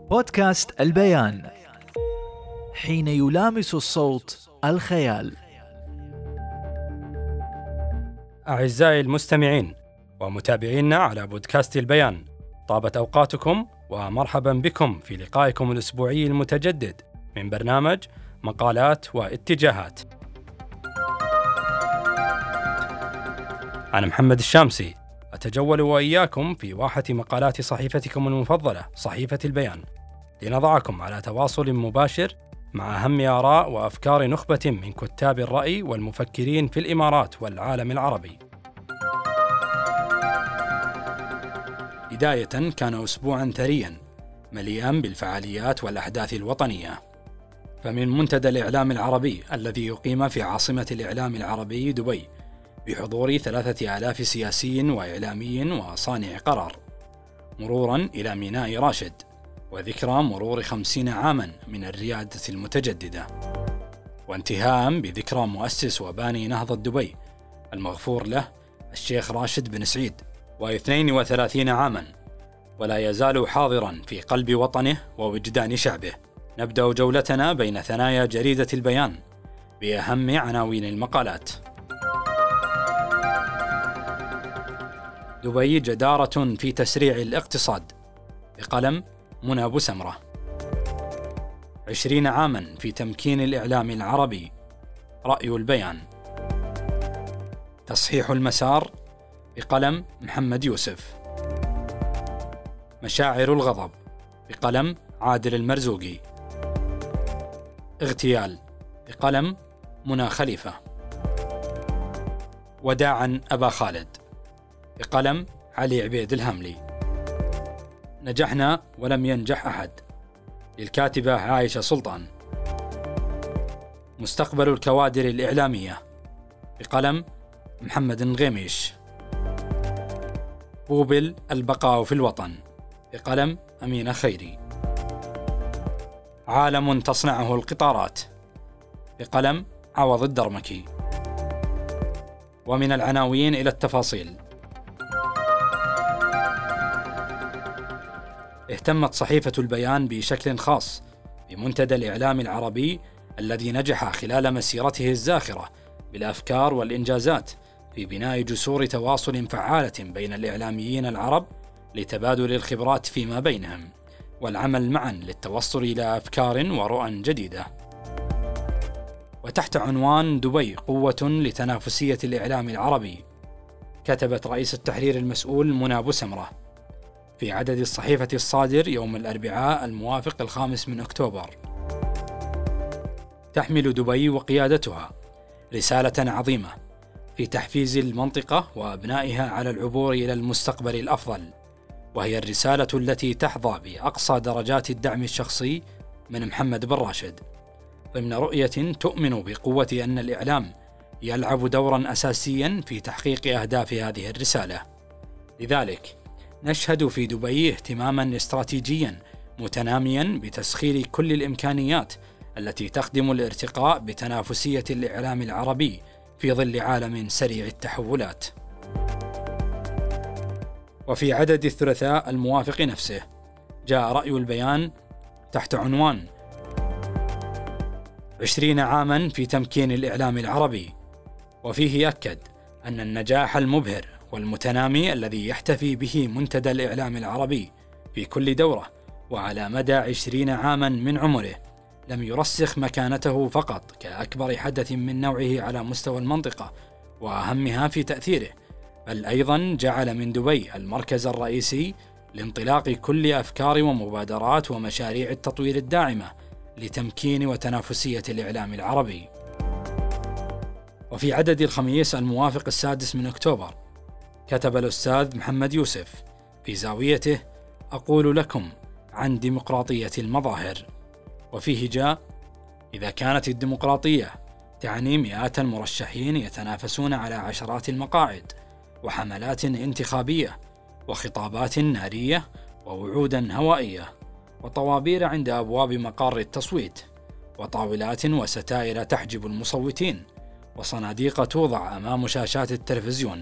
بودكاست البيان، حين يلامس الصوت الخيال. أعزائي المستمعين ومتابعينا على بودكاست البيان، طابت أوقاتكم ومرحبا بكم في لقائكم الأسبوعي المتجدد من برنامج مقالات واتجاهات. أنا محمد الشامسي، أتجول وإياكم في واحة مقالات صحيفتكم المفضلة صحيفة البيان، لنضعكم على تواصل مباشر مع أهم آراء وأفكار نخبة من كتاب الرأي والمفكرين في الإمارات والعالم العربي. بداية، كان أسبوعا ثريا مليئا بالفعاليات والأحداث الوطنية. فمن منتدى الإعلام العربي الذي يقيم في عاصمة الإعلام العربي دبي بحضور 3000 سياسي وإعلامي وصانع قرار، مرورا إلى ميناء راشد وذكرى مرور 50 عاما من الريادة المتجددة، وانتهاء بذكرى مؤسس وباني نهضة دبي المغفور له الشيخ راشد بن سعيد، و32 عاما ولا يزال حاضرا في قلب وطنه ووجدان شعبه. نبدأ جولتنا بين ثنايا جريدة البيان بأهم عناوين المقالات. دبي جدارة في تسريع الاقتصاد بقلم منى بوسمرة. 20 عاما في تمكين الإعلام العربي، رأي البيان. تصحيح المسار بقلم محمد يوسف. مشاعر الغضب بقلم عادل المرزوقي. اغتيال بقلم منى خليفة. وداعا أبا خالد بقلم علي عبيد الهملي. نجحنا ولم ينجح أحد للكاتبة عائشة سلطان. مستقبل الكوادر الإعلامية بقلم محمد الغيميش. بوبل البقاء في الوطن بقلم أمينة خيري. عالم تصنعه القطارات بقلم عوض الدرمكي. ومن العناوين إلى التفاصيل. اهتمت صحيفة البيان بشكل خاص بمنتدى الإعلام العربي الذي نجح خلال مسيرته الزاخرة بالأفكار والإنجازات في بناء جسور تواصل فعالة بين الإعلاميين العرب لتبادل الخبرات فيما بينهم والعمل معا للتوصل إلى أفكار ورؤى جديدة. وتحت عنوان دبي قوة لتنافسية الإعلام العربي، كتبت رئيس التحرير المسؤول منى بوسمرة في عدد الصحيفة الصادر يوم الأربعاء الموافق 5 أكتوبر: تحمل دبي وقيادتها رسالة عظيمة في تحفيز المنطقة وأبنائها على العبور إلى المستقبل الأفضل، وهي الرسالة التي تحظى بأقصى درجات الدعم الشخصي من محمد بن راشد، ضمن رؤية تؤمن بقوة أن الإعلام يلعب دورا أساسيا في تحقيق أهداف هذه الرسالة. لذلك نشهد في دبي اهتماما استراتيجيا متناميا بتسخير كل الإمكانيات التي تخدم الارتقاء بتنافسية الإعلام العربي في ظل عالم سريع التحولات. وفي عدد الثلاثاء الموافق نفسه جاء رأي البيان تحت عنوان 20 عاما في تمكين الإعلام العربي، وفيه أكد أن النجاح المبهر والمتنامي الذي يحتفي به منتدى الإعلام العربي في كل دورة وعلى مدى 20 عاما من عمره لم يرسخ مكانته فقط كأكبر حدث من نوعه على مستوى المنطقة وأهمها في تأثيره، بل أيضا جعل من دبي المركز الرئيسي لانطلاق كل أفكار ومبادرات ومشاريع التطوير الداعمة لتمكين وتنافسية الإعلام العربي. وفي عدد الخميس الموافق 6 أكتوبر كتب الأستاذ محمد يوسف في زاويته: أقول لكم عن ديمقراطية المظاهر، وفيه جاء: إذا كانت الديمقراطية تعني مئات المرشحين يتنافسون على عشرات المقاعد وحملات انتخابية وخطابات نارية ووعودا هوائية وطوابير عند أبواب مقار التصويت وطاولات وستائر تحجب المصوتين وصناديق توضع أمام شاشات التلفزيون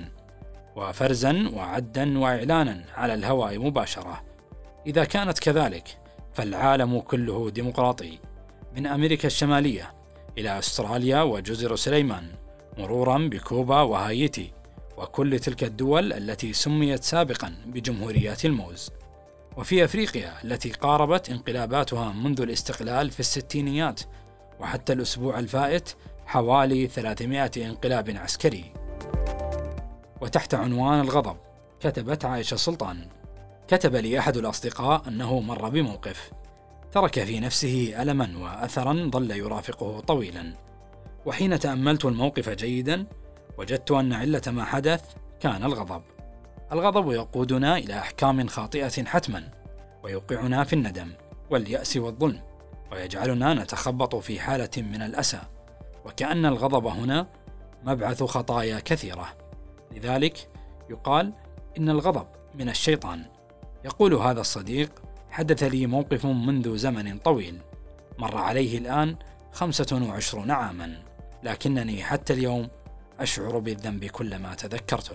وفرزا وعدا وإعلانا على الهواء مباشرة، إذا كانت كذلك فالعالم كله ديمقراطي، من أمريكا الشمالية إلى أستراليا وجزر سليمان، مرورا بكوبا وهايتي وكل تلك الدول التي سميت سابقا بجمهوريات الموز. وفي أفريقيا التي قاربت انقلاباتها منذ الاستقلال في الستينيات وحتى الأسبوع الفائت حوالي 300 انقلاب عسكري. وتحت عنوان الغضب كتبت عائشة سلطان: كتب لي أحد الأصدقاء أنه مر بموقف ترك في نفسه ألما وأثرا ظل يرافقه طويلا، وحين تأملت الموقف جيدا وجدت أن علة ما حدث كان الغضب. الغضب يقودنا إلى أحكام خاطئة حتما، ويوقعنا في الندم واليأس والظلم، ويجعلنا نتخبط في حالة من الأسى، وكأن الغضب هنا مبعث خطايا كثيرة. لذلك يقال إن الغضب من الشيطان. يقول هذا الصديق: حدث لي موقف منذ زمن طويل، مر عليه الآن 25 عاما، لكنني حتى اليوم أشعر بالذنب كلما تذكرته.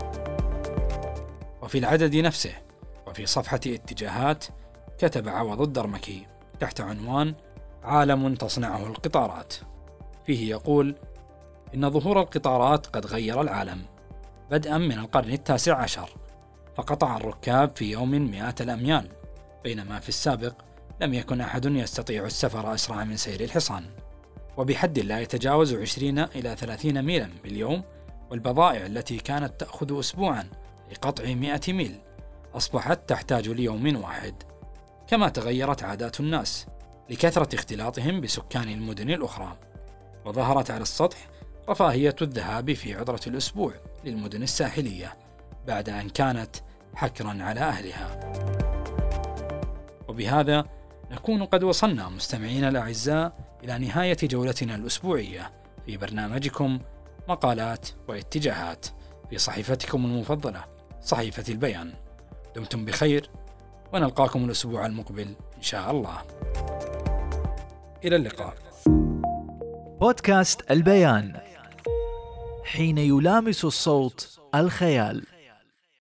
وفي العدد نفسه وفي صفحة اتجاهات كتب عوض الدرمكي تحت عنوان: عالم تصنعه القطارات، فيه يقول: إن ظهور القطارات قد غير العالم بدءا من القرن 19، فقطع الركاب في يوم 100 الأميال، بينما في السابق لم يكن أحد يستطيع السفر أسرع من سير الحصان، وبحد لا يتجاوز 20 إلى 30 ميلا باليوم. والبضائع التي كانت تأخذ أسبوعا لقطع 100 ميل أصبحت تحتاج ليوم واحد. كما تغيرت عادات الناس لكثرة اختلاطهم بسكان المدن الأخرى، وظهرت على السطح رفاهية الذهاب في عطلة الأسبوع للمدن الساحلية بعد أن كانت حكرا على أهلها. وبهذا نكون قد وصلنا مستمعين الأعزاء إلى نهاية جولتنا الأسبوعية في برنامجكم مقالات واتجاهات في صحيفتكم المفضلة، صحيفة البيان. دمتم بخير، ونلقاكم الأسبوع المقبل إن شاء الله. إلى اللقاء. بودكاست البيان، حين يلامس الصوت الخيال.